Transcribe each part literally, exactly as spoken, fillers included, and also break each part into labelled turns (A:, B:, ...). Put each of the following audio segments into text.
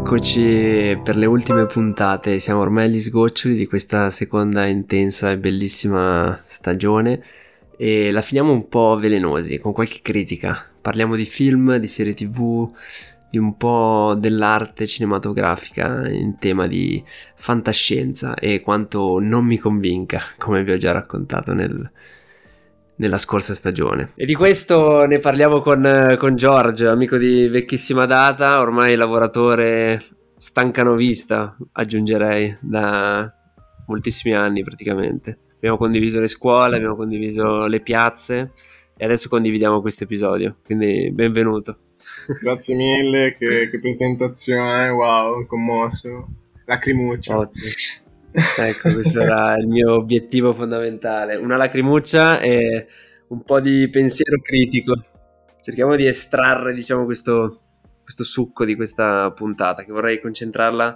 A: Eccoci per le ultime puntate, siamo ormai agli sgoccioli di questa seconda intensa e bellissima stagione e la finiamo un po' velenosi, con qualche critica. Parliamo di film, di serie tv, di un po' dell'arte cinematografica in tema di fantascienza e quanto non mi convinca, come vi ho già raccontato nel... nella scorsa stagione. E di questo ne parliamo con, con George, amico di vecchissima data, ormai lavoratore stancanovista, aggiungerei, da moltissimi anni praticamente. Abbiamo condiviso le scuole, abbiamo condiviso le piazze e adesso condividiamo questo episodio, quindi benvenuto.
B: Grazie mille, che, che presentazione, wow, commosso, lacrimuccia.
A: Ottimo. Ecco, questo era il mio obiettivo fondamentale, una lacrimuccia e un po' di pensiero critico. Cerchiamo di estrarre, diciamo, questo, questo succo di questa puntata, che vorrei concentrarla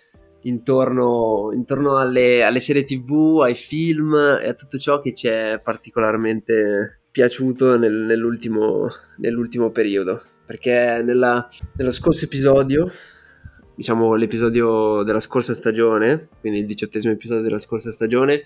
A: intorno, intorno alle, alle serie tv, ai film e a tutto ciò che ci è particolarmente piaciuto nel, nell'ultimo, nell'ultimo periodo, perché nella, nello scorso episodio, diciamo l'episodio della scorsa stagione, quindi il diciottesimo episodio della scorsa stagione,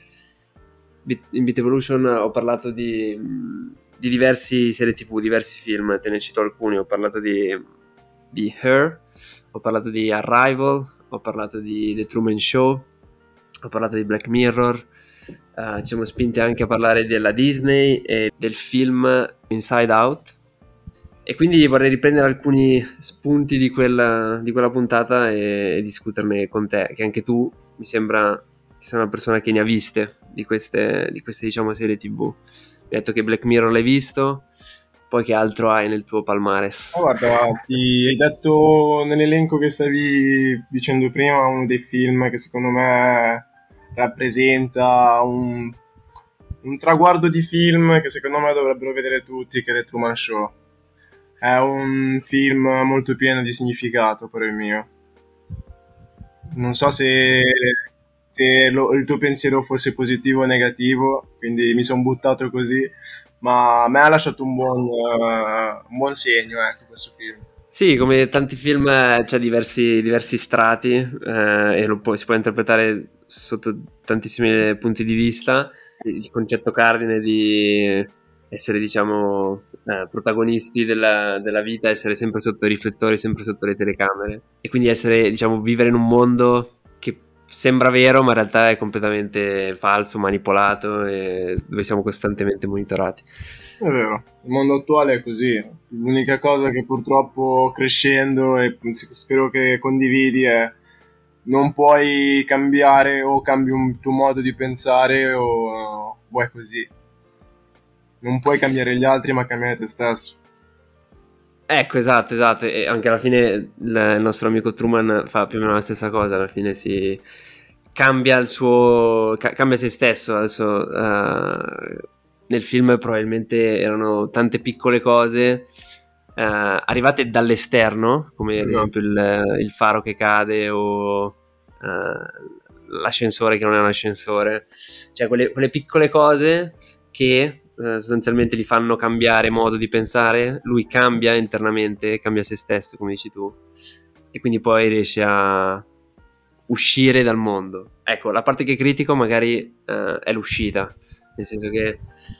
A: in Beat Evolution ho parlato di, di diversi serie tv, diversi film, te ne cito alcuni. Ho parlato di, di Her, ho parlato di Arrival, ho parlato di The Truman Show, ho parlato di Black Mirror, uh, ci siamo spinti anche a parlare della Disney e del film Inside Out. E quindi vorrei riprendere alcuni spunti di quella, di quella puntata e, e discuterne con te, che anche tu mi sembra che sei una persona che ne ha viste di queste, di queste diciamo serie tv. Mi hai detto che Black Mirror l'hai visto, poi che altro hai nel tuo palmares?
B: Oh, guarda, ti hai detto nell'elenco che stavi dicendo prima uno dei film che secondo me rappresenta un, un traguardo di film che secondo me dovrebbero vedere tutti, che è The Truman Show. È un film molto pieno di significato per il mio. Non so se, se lo- il tuo pensiero fosse positivo o negativo, quindi mi sono buttato così, ma a me ha lasciato un buon, eh, un buon segno, ecco, questo film.
A: Sì, come tanti film eh, c'è diversi, diversi strati eh, e lo può- si può interpretare sotto tantissimi punti di vista. Il concetto cardine di essere, diciamo, eh, protagonisti della, della vita, essere sempre sotto i riflettori, sempre sotto le telecamere e quindi essere, diciamo, vivere in un mondo che sembra vero ma in realtà è completamente falso, manipolato e dove siamo costantemente monitorati.
B: È vero, il mondo attuale è così. L'unica cosa che purtroppo crescendo e spero che condividi è non puoi cambiare o cambi un tuo modo di pensare o, o è così. Non puoi cambiare gli altri ma cambiare te stesso.
A: Ecco, esatto, esatto, e anche alla fine il il nostro amico Truman fa più o meno la stessa cosa, alla fine si cambia il suo, ca- cambia se stesso, adesso eh, nel film probabilmente erano tante piccole cose eh, arrivate dall'esterno, come ad esempio
B: Esatto.
A: il, il faro che cade o eh, l'ascensore che non è un ascensore, cioè quelle, quelle piccole cose che eh, sostanzialmente li fanno cambiare modo di pensare, lui cambia internamente, cambia se stesso, come dici tu, e quindi poi riesce a uscire dal mondo. Ecco, la parte che critico magari eh, è l'uscita, nel senso che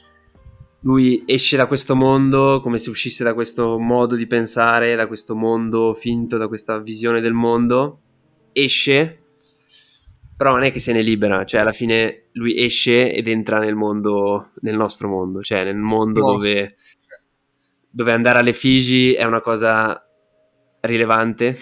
A: lui esce da questo mondo come se uscisse da questo modo di pensare, da questo mondo finto, da questa visione del mondo, esce, però non è che se ne libera, cioè alla fine lui esce ed entra nel mondo, nel nostro mondo, cioè nel mondo
B: Nostro.
A: dove, dove andare alle Figi è una cosa rilevante,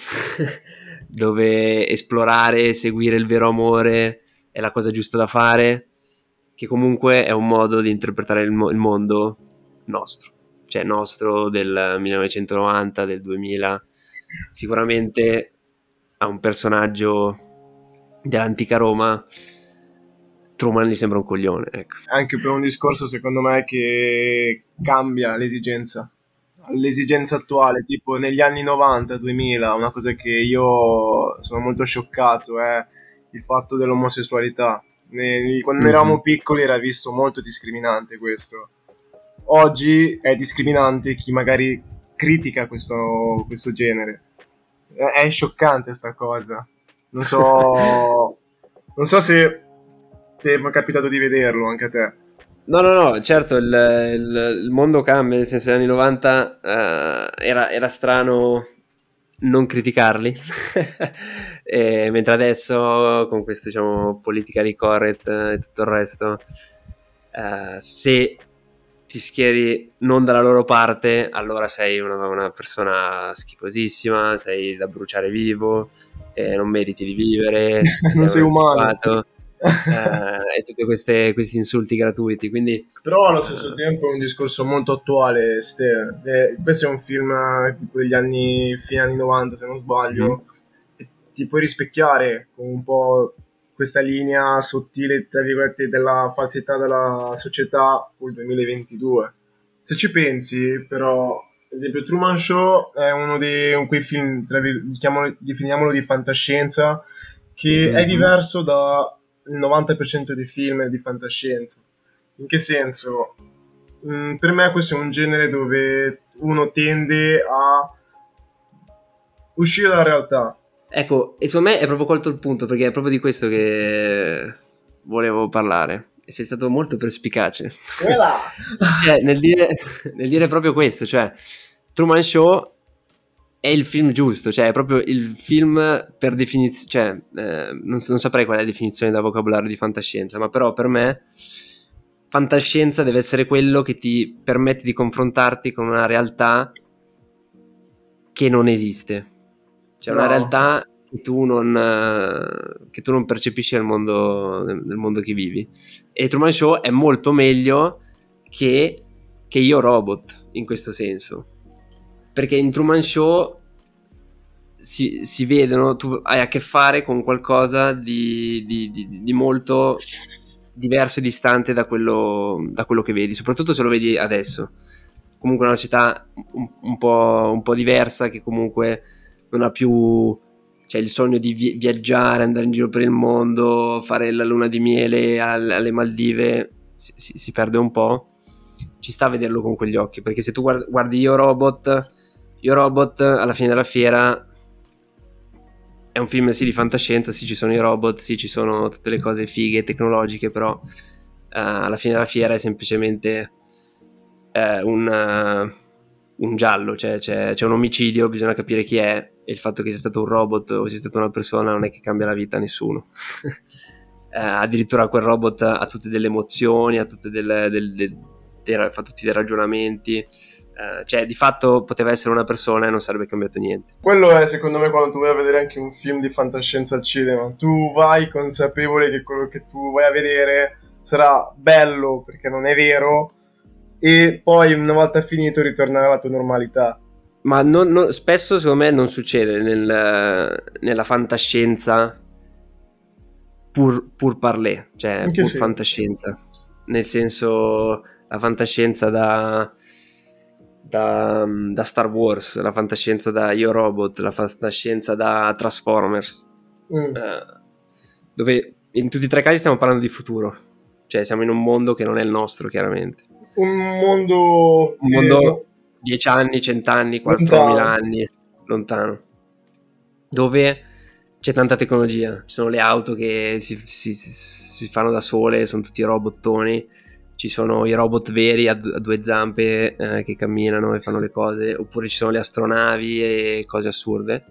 A: dove esplorare, seguire il vero amore è la cosa giusta da fare, che comunque è un modo di interpretare il, mo- il mondo nostro, cioè nostro del millenovecentonovanta, del duemila. Sicuramente a un personaggio dell'antica Roma Truman gli sembra un coglione, ecco.
B: Anche per un discorso secondo me che cambia l'esigenza. L'esigenza attuale, tipo negli anni novanta, duemila, una cosa che io sono molto scioccato è il fatto dell'omosessualità. Ne- Quando
A: Mm-hmm.
B: eravamo piccoli era visto molto discriminante questo. Oggi è discriminante chi magari critica questo, questo genere. È, è scioccante sta cosa. Non so, non so se ti è capitato di vederlo anche a te.
A: No, no, no, certo, il, il- il mondo cambia, nel senso, negli anni novanta eh, era, era strano non criticarli, E mentre adesso, con questo, diciamo, politically correct e tutto il resto, eh, se ti schieri non dalla loro parte, allora sei una, una persona schifosissima, sei da bruciare vivo, eh, non meriti di vivere,
B: Non
A: sei un
B: sei umano.
A: antiquato, eh, e tutti questi insulti gratuiti. Quindi
B: Però allo stesso
A: eh,
B: tempo è un discorso molto attuale, Ste. Eh, questo è un film eh, tipo degli anni, fine anni novanta se non
A: mhm,
B: sbaglio, e ti puoi rispecchiare con un po' questa linea sottile, tra virgolette, della falsità della società col duemilaventidue. Se ci pensi, però, ad esempio, Truman Show è uno di un quei film, tra vir- chiamalo- definiamolo di fantascienza, che è
A: mhm.
B: diverso dal novanta per cento dei film di fantascienza. In che senso? Mm, per me questo è un genere dove uno tende a uscire dalla realtà.
A: Ecco, e secondo me è proprio colto il punto, perché è proprio di questo che volevo parlare. E sei stato molto perspicace.
B: Voilà!
A: Cioè, nel dire, nel dire proprio questo, cioè, Truman Show è il film giusto, cioè è proprio il film per definizione, cioè, eh, non, non saprei qual è la definizione da vocabolario di fantascienza, ma però per me fantascienza deve essere quello che ti permette di confrontarti con una realtà che non esiste. Cioè una
B: Bravo.
A: realtà che tu non, eh, che tu non percepisci nel mondo, nel mondo che vivi. E Truman Show è molto meglio che, che Io Robot, in questo senso. Perché in Truman Show si, si vedono, tu hai a che fare con qualcosa di, di, di, di molto diverso e distante da quello, da quello che vedi, soprattutto se lo vedi adesso. Comunque è una città un, un po', un po' diversa, che comunque non ha più, cioè, il sogno di vi- viaggiare, andare in giro per il mondo, fare la luna di miele al- alle Maldive, si, si- si perde un po'. Ci sta a vederlo con quegli occhi, perché se tu guardi, guardi Io Robot, Io Robot alla fine della fiera è un film sì di fantascienza, sì ci sono i robot, sì ci sono tutte le cose fighe, tecnologiche, però eh, alla fine della fiera è semplicemente eh, un, uh, un giallo, cioè c'è, c'è un omicidio, bisogna capire chi è, e il fatto che sia stato un robot o sia stata una persona non è che cambia la vita a nessuno. eh, addirittura quel robot ha tutte delle emozioni, ha tutte delle, del, del, dei, fa tutti dei ragionamenti. Uh, cioè di fatto poteva essere una persona e non sarebbe cambiato niente.
B: Quello è secondo me quando tu vai a vedere anche un film di fantascienza al cinema. Tu vai consapevole che quello che tu vai a vedere sarà bello perché non è vero e poi una volta finito ritornerà alla tua normalità.
A: Ma non, non, spesso secondo me non succede nel, nella fantascienza pur, pur parler, cioè
B: In che
A: pur
B: senso?
A: fantascienza, nel senso la fantascienza da, da, da Star Wars, la fantascienza da Io Robot, la fantascienza da Transformers,
B: Mm.
A: eh, dove in tutti e tre i casi stiamo parlando di futuro, cioè siamo in un mondo che non è il nostro, chiaramente.
B: Un mondo
A: Un
B: che
A: mondo
B: no-
A: dieci anni, cento anni, quattromila
B: lontano.
A: anni lontano, dove c'è tanta tecnologia, ci sono le auto che si, si, si fanno da sole, sono tutti robottoni, ci sono i robot veri a, du- a due zampe eh, che camminano e fanno le cose, oppure ci sono le astronavi e cose assurde.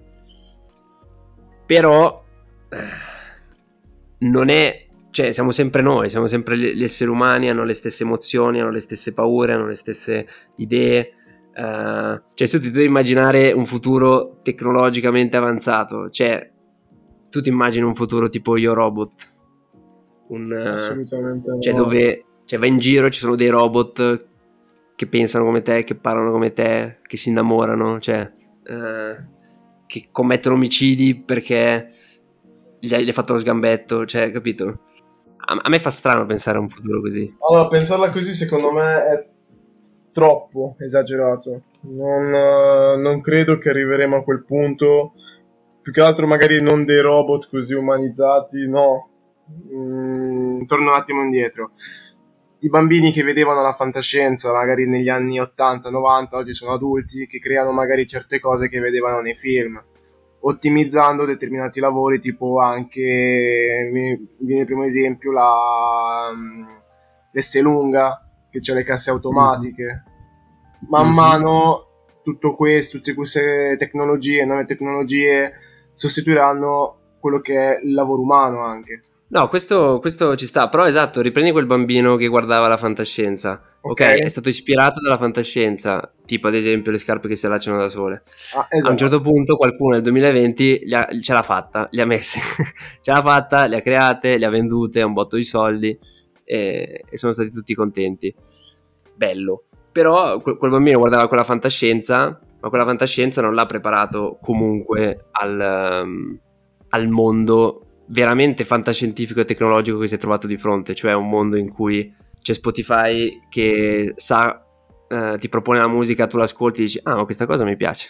A: Però eh, non è, cioè siamo sempre noi, siamo sempre gli esseri umani, hanno le stesse emozioni, hanno le stesse paure, hanno le stesse idee. Uh, cioè se tu ti devi immaginare un futuro tecnologicamente avanzato, cioè tu ti immagini un futuro tipo Io Robot, un,
B: Assolutamente
A: uh, cioè
B: no.
A: dove cioè, vai in giro, ci sono dei robot che pensano come te, che parlano come te, che si innamorano, cioè uh, che commettono omicidi perché gli hai, gli hai fatto lo sgambetto, cioè capito? A, a me fa strano pensare a un futuro così.
B: Allora, pensarla così secondo me è troppo esagerato. Non, eh, non credo che arriveremo a quel punto. Più che altro magari non dei robot così umanizzati, no. Mm, torno un attimo indietro. I bambini che vedevano la fantascienza magari negli anni ottanta novanta, oggi sono adulti che creano magari certe cose che vedevano nei film. ottimizzando determinati lavori, tipo anche, mi viene il primo esempio, la l'Esselunga, che c'è le casse automatiche. Mm-hmm. Man mm-hmm. mano tutto questo, tutte queste tecnologie, nuove tecnologie sostituiranno quello che è il lavoro umano anche.
A: No, questo, questo ci sta, però esatto, riprendi quel bambino che guardava la fantascienza, ok? okay? È stato ispirato dalla fantascienza, tipo ad esempio le scarpe che si allacciano da sole.
B: Ah, esatto.
A: A un certo punto qualcuno nel duemilaventi li ha, ce l'ha fatta, li ha messe, ce l'ha fatta, le ha create, le ha vendute a un botto di soldi e, e sono stati tutti contenti. Bello. Però quel, quel bambino guardava quella fantascienza, ma quella fantascienza non l'ha preparato comunque al, um, al mondo veramente fantascientifico e tecnologico che si è trovato di fronte, cioè un mondo in cui c'è Spotify che sa, eh, ti propone la musica, tu l'ascolti e dici ah, questa cosa mi piace.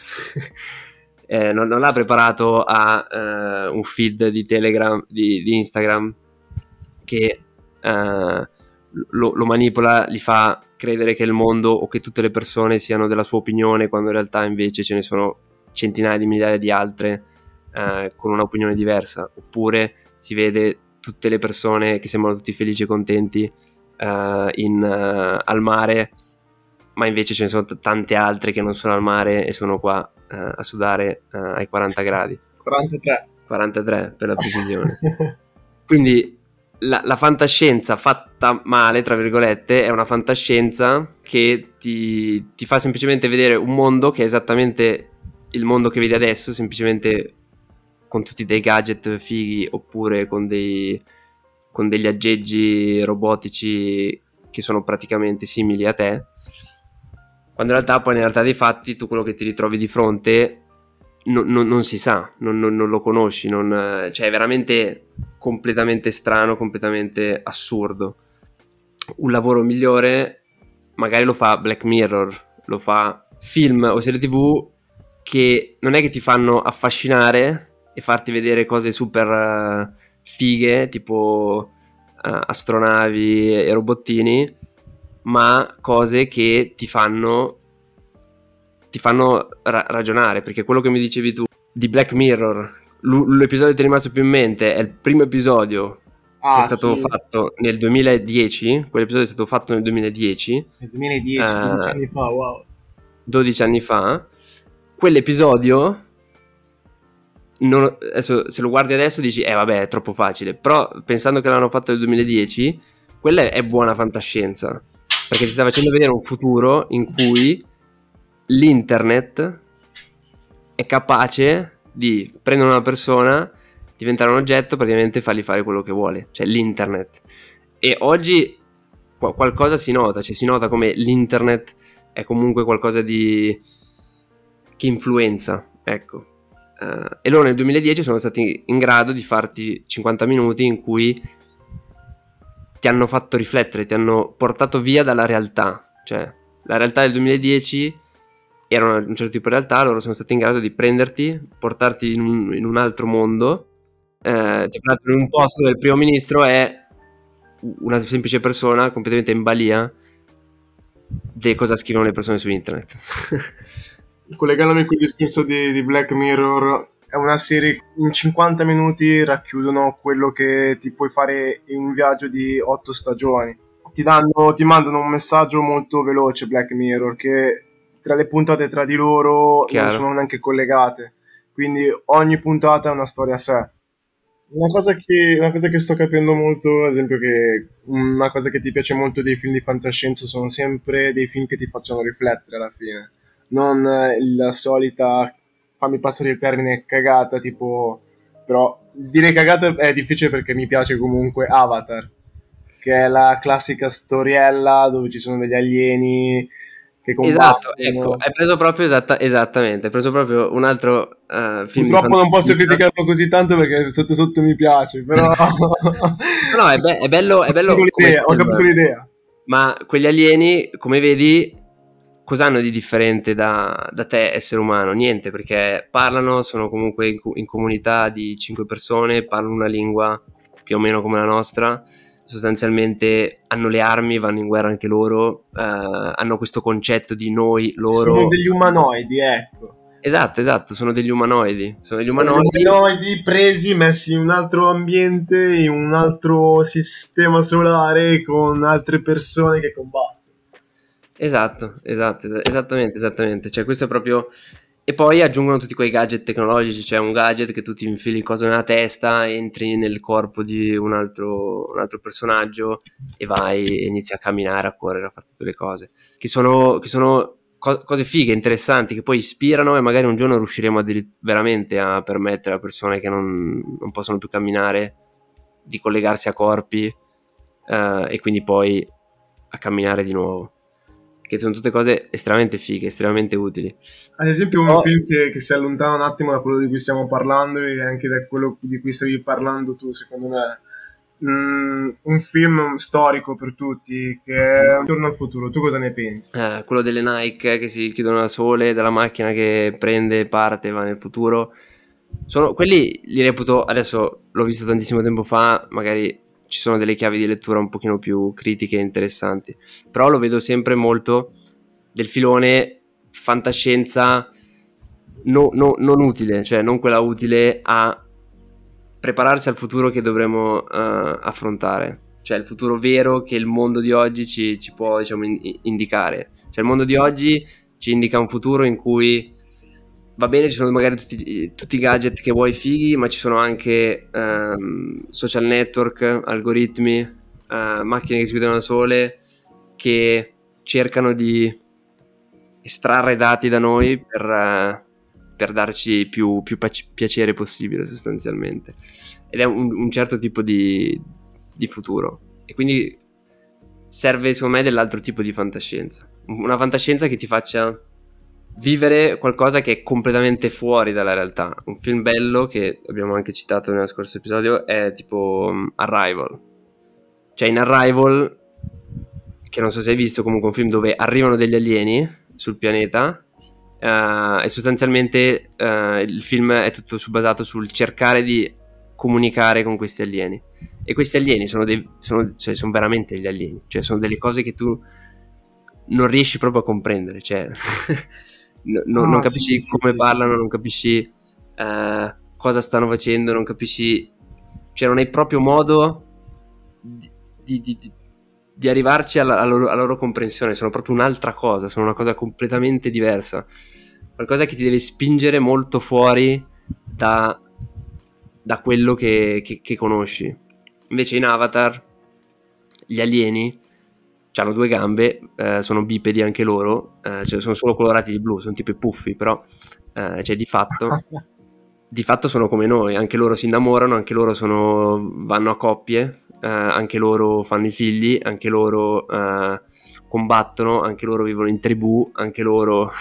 A: eh, non, non l'ha preparato a eh, un feed di Telegram, di, di Instagram che eh, lo, lo manipola, gli fa credere che il mondo o che tutte le persone siano della sua opinione, quando in realtà invece ce ne sono centinaia di migliaia di altre Uh, con un'opinione diversa, oppure si vede tutte le persone che sembrano tutti felici e contenti uh, in, uh, al mare, ma invece ce ne sono t- tante altre che non sono al mare e sono qua uh, a sudare uh, ai quaranta gradi
B: quarantatré
A: quarantatré per la precisione. Quindi la, la fantascienza fatta male, tra virgolette, è una fantascienza che ti, ti fa semplicemente vedere un mondo che è esattamente il mondo che vedi adesso, semplicemente con tutti dei gadget fighi oppure con dei con degli aggeggi robotici che sono praticamente simili a te, quando in realtà poi nella realtà dei fatti tu quello che ti ritrovi di fronte non, non, non si sa, non, non, non lo conosci, non, cioè è veramente completamente strano, completamente assurdo. Un lavoro migliore magari lo fa Black Mirror, lo fa film o serie tv che non è che ti fanno affascinare e farti vedere cose super uh, fighe tipo uh, astronavi e robottini, ma cose che ti fanno ti fanno ra- ragionare, perché quello che mi dicevi tu di Black Mirror, l- l'episodio che ti è rimasto più in mente è il primo episodio ah, che è stato sì. fatto nel duemiladieci. Quell'episodio è stato fatto nel duemiladieci
B: nel duemiladieci, uh, dodici anni fa, wow,
A: dodici anni fa. Quell'episodio non, adesso, se lo guardi adesso dici eh vabbè è troppo facile, però pensando che l'hanno fatto nel duemiladieci, quella è buona fantascienza, perché ti sta facendo vedere un futuro in cui l'internet è capace di prendere una persona, diventare un oggetto, praticamente fargli fare quello che vuole, cioè l'internet. E oggi qu- qualcosa si nota, cioè si nota come l'internet è comunque qualcosa di che influenza, ecco. Uh, e loro nel duemiladieci sono stati in grado di farti cinquanta minuti in cui ti hanno fatto riflettere, ti hanno portato via dalla realtà, cioè la realtà del duemiladieci era una, un certo tipo di realtà, loro sono stati in grado di prenderti, portarti in un, in un altro mondo, eh, ti in un posto dove il primo ministro è una semplice persona completamente in balia di cosa scrivono le persone su internet.
B: Collegandomi con il discorso di, di Black Mirror, è una serie in cinquanta minuti racchiudono quello che ti puoi fare in un viaggio di otto stagioni. Ti danno, ti mandano un messaggio molto veloce Black Mirror, che tra le puntate tra di loro Chiaro. non sono neanche collegate, quindi ogni puntata è una storia a sé. Una cosa che, una cosa che sto capendo molto, ad esempio, che una cosa che ti piace molto dei film di fantascienza sono sempre dei film che ti facciano riflettere alla fine. Non la solita, fammi passare il termine, cagata, tipo, però dire cagata è difficile perché mi piace comunque Avatar, che è la classica storiella dove ci sono degli alieni che combattono.
A: Esatto, ecco, hai preso proprio esatta, esattamente, hai preso proprio un altro uh, film.
B: Purtroppo non posso criticarlo così tanto perché sotto sotto mi piace, però
A: no, è, be- è bello, è bello
B: ho capito l'idea, ho capito l'idea.
A: Ma quegli alieni, come vedi, cosa hanno di differente da, da te, essere umano? Niente, perché parlano, sono comunque in, in comunità di cinque persone, parlano una lingua più o meno come la nostra, sostanzialmente hanno le armi, vanno in guerra anche loro, eh, hanno questo concetto di noi, loro.
B: Sono degli umanoidi, ecco.
A: Esatto, esatto, sono degli umanoidi. Sono degli
B: Sono degli
A: umanoidi.
B: umanoidi presi, messi in un altro ambiente, in un altro sistema solare, con altre persone che combattono.
A: Esatto, esatto, es- esattamente, esattamente. Cioè, questo è proprio. E poi aggiungono tutti quei gadget tecnologici. C'è un gadget che tu ti infili cosa nella testa, entri nel corpo di un altro, un altro personaggio e vai e inizi a camminare, a correre, a fare tutte le cose. Che sono, che sono co- cose fighe, interessanti, che poi ispirano e magari un giorno riusciremo addirittura veramente a permettere a persone che non, non possono più camminare di collegarsi a corpi eh, e quindi poi a camminare di nuovo. Che sono tutte cose estremamente fighe, estremamente utili.
B: Ad esempio un
A: Oh,
B: film che, che si allontana un attimo da quello di cui stiamo parlando e anche da quello di cui stavi parlando tu, secondo me. Mm, un film storico per tutti che è Torno al futuro. Tu cosa ne pensi?
A: eh, quello delle Nike che si chiudono da sole, della macchina che prende, parte, va nel futuro. Sono, quelli li reputo, adesso l'ho visto tantissimo tempo fa, magari ci sono delle chiavi di lettura un pochino più critiche e interessanti, però lo vedo sempre molto del filone fantascienza no- no- non utile, cioè non quella utile a prepararsi al futuro che dovremo uh, affrontare, cioè il futuro vero che il mondo di oggi ci, ci può, diciamo, in- indicare. Cioè il mondo di oggi ci indica un futuro in cui va bene, ci sono magari tutti, tutti i gadget che vuoi fighi, ma ci sono anche um, social network, algoritmi, uh, macchine che si guidano da sole che cercano di estrarre dati da noi per, uh, per darci più, più piacere possibile sostanzialmente, ed è un, un certo tipo di, di futuro, e quindi serve secondo me dell'altro tipo di fantascienza, una fantascienza che ti faccia vivere qualcosa che è completamente fuori dalla realtà. Un film bello che abbiamo anche citato nello scorso episodio è tipo um, Arrival. Cioè in Arrival, che non so se hai visto, comunque un film dove arrivano degli alieni sul pianeta uh, e sostanzialmente uh, il film è tutto su, basato sul cercare di comunicare con questi alieni, e questi alieni sono, dei, sono, cioè, sono veramente degli alieni, cioè sono delle cose che tu non riesci proprio a comprendere, cioè no, no, non
B: Ah, sì,
A: capisci
B: sì,
A: come
B: sì, sì.
A: parlano, non capisci uh, cosa stanno facendo, non capisci, cioè non hai proprio modo di, di, di, di arrivarci alla, alla, loro, alla loro comprensione. Sono proprio un'altra cosa, sono una cosa completamente diversa, qualcosa che ti deve spingere molto fuori da, da quello che, che, che conosci. Invece in Avatar gli alieni hanno due gambe, eh, sono bipedi anche loro, eh, cioè sono solo colorati di blu, sono tipo i puffi, però eh, cioè di fatto di fatto sono come noi, anche loro si innamorano, anche loro sono, vanno a coppie, eh, anche loro fanno i figli, anche loro eh, combattono, anche loro vivono in tribù, anche loro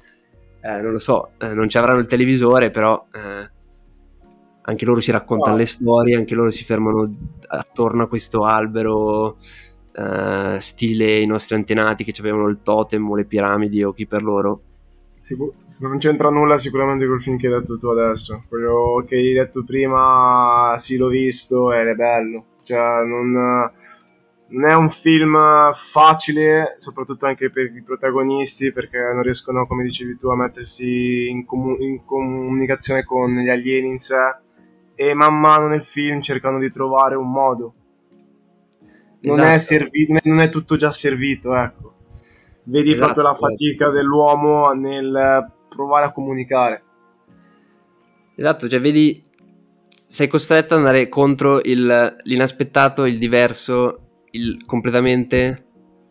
A: eh, non lo so, eh, non ci avranno il televisore, però eh, anche loro si raccontano
B: No,
A: le storie, anche loro si fermano attorno a questo albero, eh, stile i nostri antenati che avevano il totem o le piramidi o chi per loro.
B: Sicur- non c'entra nulla sicuramente col film che hai detto tu adesso. Quello che hai detto prima, sì, l'ho visto ed è bello. Cioè, non, non è un film facile, soprattutto anche per i protagonisti, perché non riescono, come dicevi tu, a mettersi in, comu- in comunicazione con gli alieni in sé. E man mano nel film cercano di trovare un modo. Non è,
A: Esatto,
B: servi- non è tutto già servito, ecco. Vedi proprio
A: esatto,
B: la
A: esatto.
B: fatica dell'uomo nel provare a comunicare.
A: Esatto, cioè vedi, sei costretto ad andare contro il, l'inaspettato, il diverso, il completamente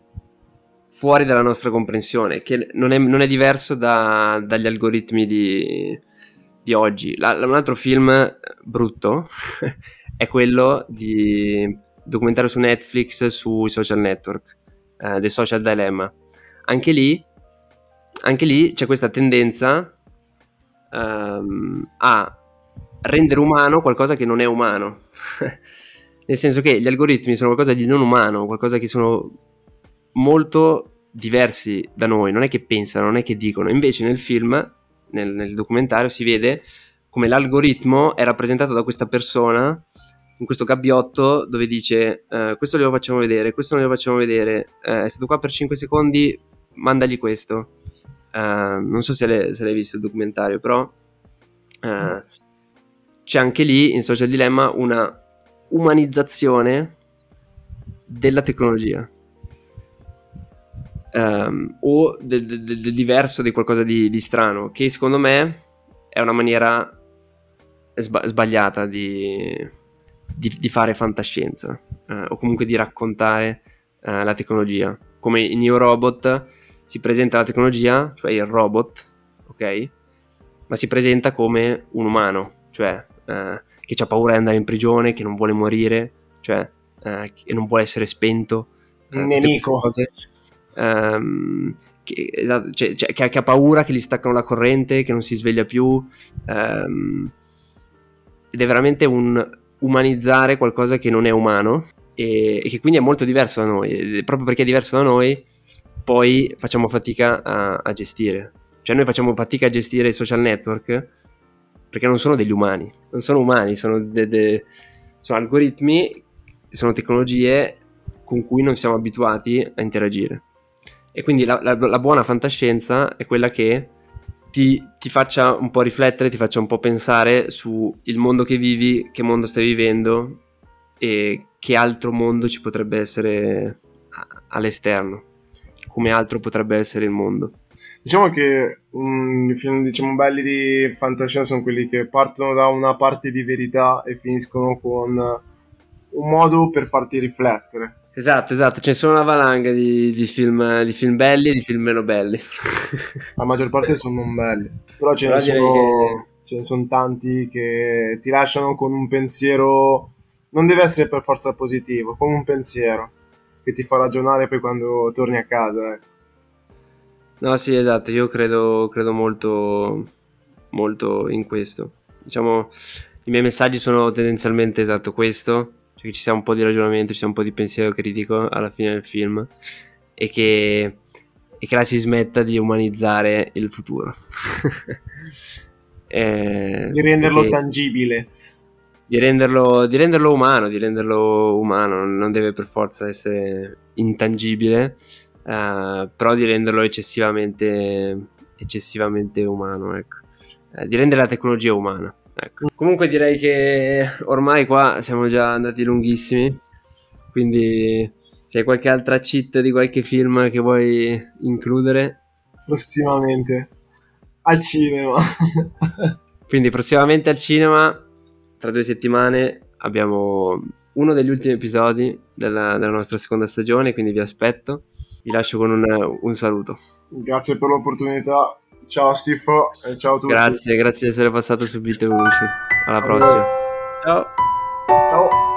A: fuori dalla nostra comprensione, che non è, non è diverso da, dagli algoritmi di, di oggi. La, la- un altro film brutto è quello di documentario su Netflix sui social network, eh, The Social Dilemma. Anche lì, anche lì c'è questa tendenza ehm, a rendere umano qualcosa che non è umano. Nel senso che gli algoritmi sono qualcosa di non umano, qualcosa che sono molto diversi da noi, non è che pensano, non è che dicono. Invece nel film, nel, nel documentario, si vede come l'algoritmo è rappresentato da questa persona in questo gabbiotto dove dice eh, questo glielo facciamo vedere, questo non glielo facciamo vedere, eh, è stato qua per cinque secondi, mandagli questo. Uh, non so se l'hai, se l'hai visto il documentario, però uh, c'è anche lì in Social Dilemma una umanizzazione della tecnologia, um, o del, del, del diverso, di qualcosa di, di strano, che secondo me è una maniera sba- sbagliata di, di, di fare fantascienza, uh, o comunque di raccontare uh, la tecnologia. Come in Io Robot si presenta la tecnologia, cioè il robot, ok? Ma si presenta come un umano, cioè uh, che ha paura di andare in prigione, che non vuole morire, cioè uh, che non vuole essere spento, uh, tutte queste cose. Um, che, esatto, cioè, cioè, che, che ha paura che gli staccano la corrente, che non si sveglia più, um, ed è veramente un umanizzare qualcosa che non è umano e, e che quindi è molto diverso da noi, e proprio perché è diverso da noi poi facciamo fatica a, a gestire, cioè noi facciamo fatica a gestire i social network perché non sono degli umani, non sono umani, sono, de, de, sono algoritmi, sono tecnologie con cui non siamo abituati a interagire. E quindi la, la, la buona fantascienza è quella che ti, ti faccia un po' riflettere, ti faccia un po' pensare su il mondo che vivi, che mondo stai vivendo e che altro mondo ci potrebbe essere all'esterno, come altro potrebbe essere il mondo.
B: Diciamo che um, i film, diciamo, belli di fantascienza sono quelli che partono da una parte di verità e finiscono con un modo per farti riflettere.
A: Esatto, esatto, c'è solo una valanga di, di, film, di film belli e di film meno belli.
B: La maggior parte sono non belli, però ce, però ne, sono, che... ce ne sono tanti che ti lasciano con un pensiero, non deve essere per forza positivo, con un pensiero che ti fa ragionare poi quando torni a casa. Eh.
A: No, sì, esatto, io credo, credo molto, molto in questo. Diciamo, i miei messaggi sono tendenzialmente esatto questo, cioè che ci sia un po' di ragionamento, ci sia un po' di pensiero critico alla fine del film e che, e che la si smetta di umanizzare il futuro.
B: eh, di renderlo che, tangibile.
A: Di renderlo, di renderlo umano, di renderlo umano, non deve per forza essere intangibile, uh, però di renderlo eccessivamente, eccessivamente umano, ecco. Uh, di rendere la tecnologia umana. Ecco. Comunque direi che ormai qua siamo già andati lunghissimi, quindi se hai qualche altra cheat di qualche film che vuoi includere
B: prossimamente al cinema.
A: Quindi prossimamente al cinema, tra due settimane abbiamo uno degli ultimi episodi della, della nostra seconda stagione, quindi vi aspetto, vi lascio con un, un saluto.
B: Grazie per l'opportunità. Ciao Stifo e ciao a tutti.
A: Grazie, grazie di essere passato su Beat Evolution. Alla prossima. Ciao.
B: Ciao.